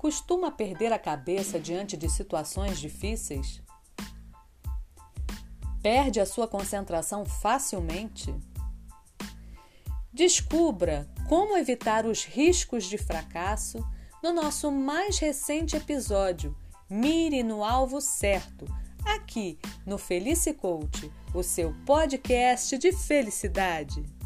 Costuma perder a cabeça diante de situações difíceis? Perde a sua concentração facilmente? Descubra como evitar os riscos de fracasso no nosso mais recente episódio Mire no Alvo Certo, aqui no Felice Coach, o seu podcast de felicidade.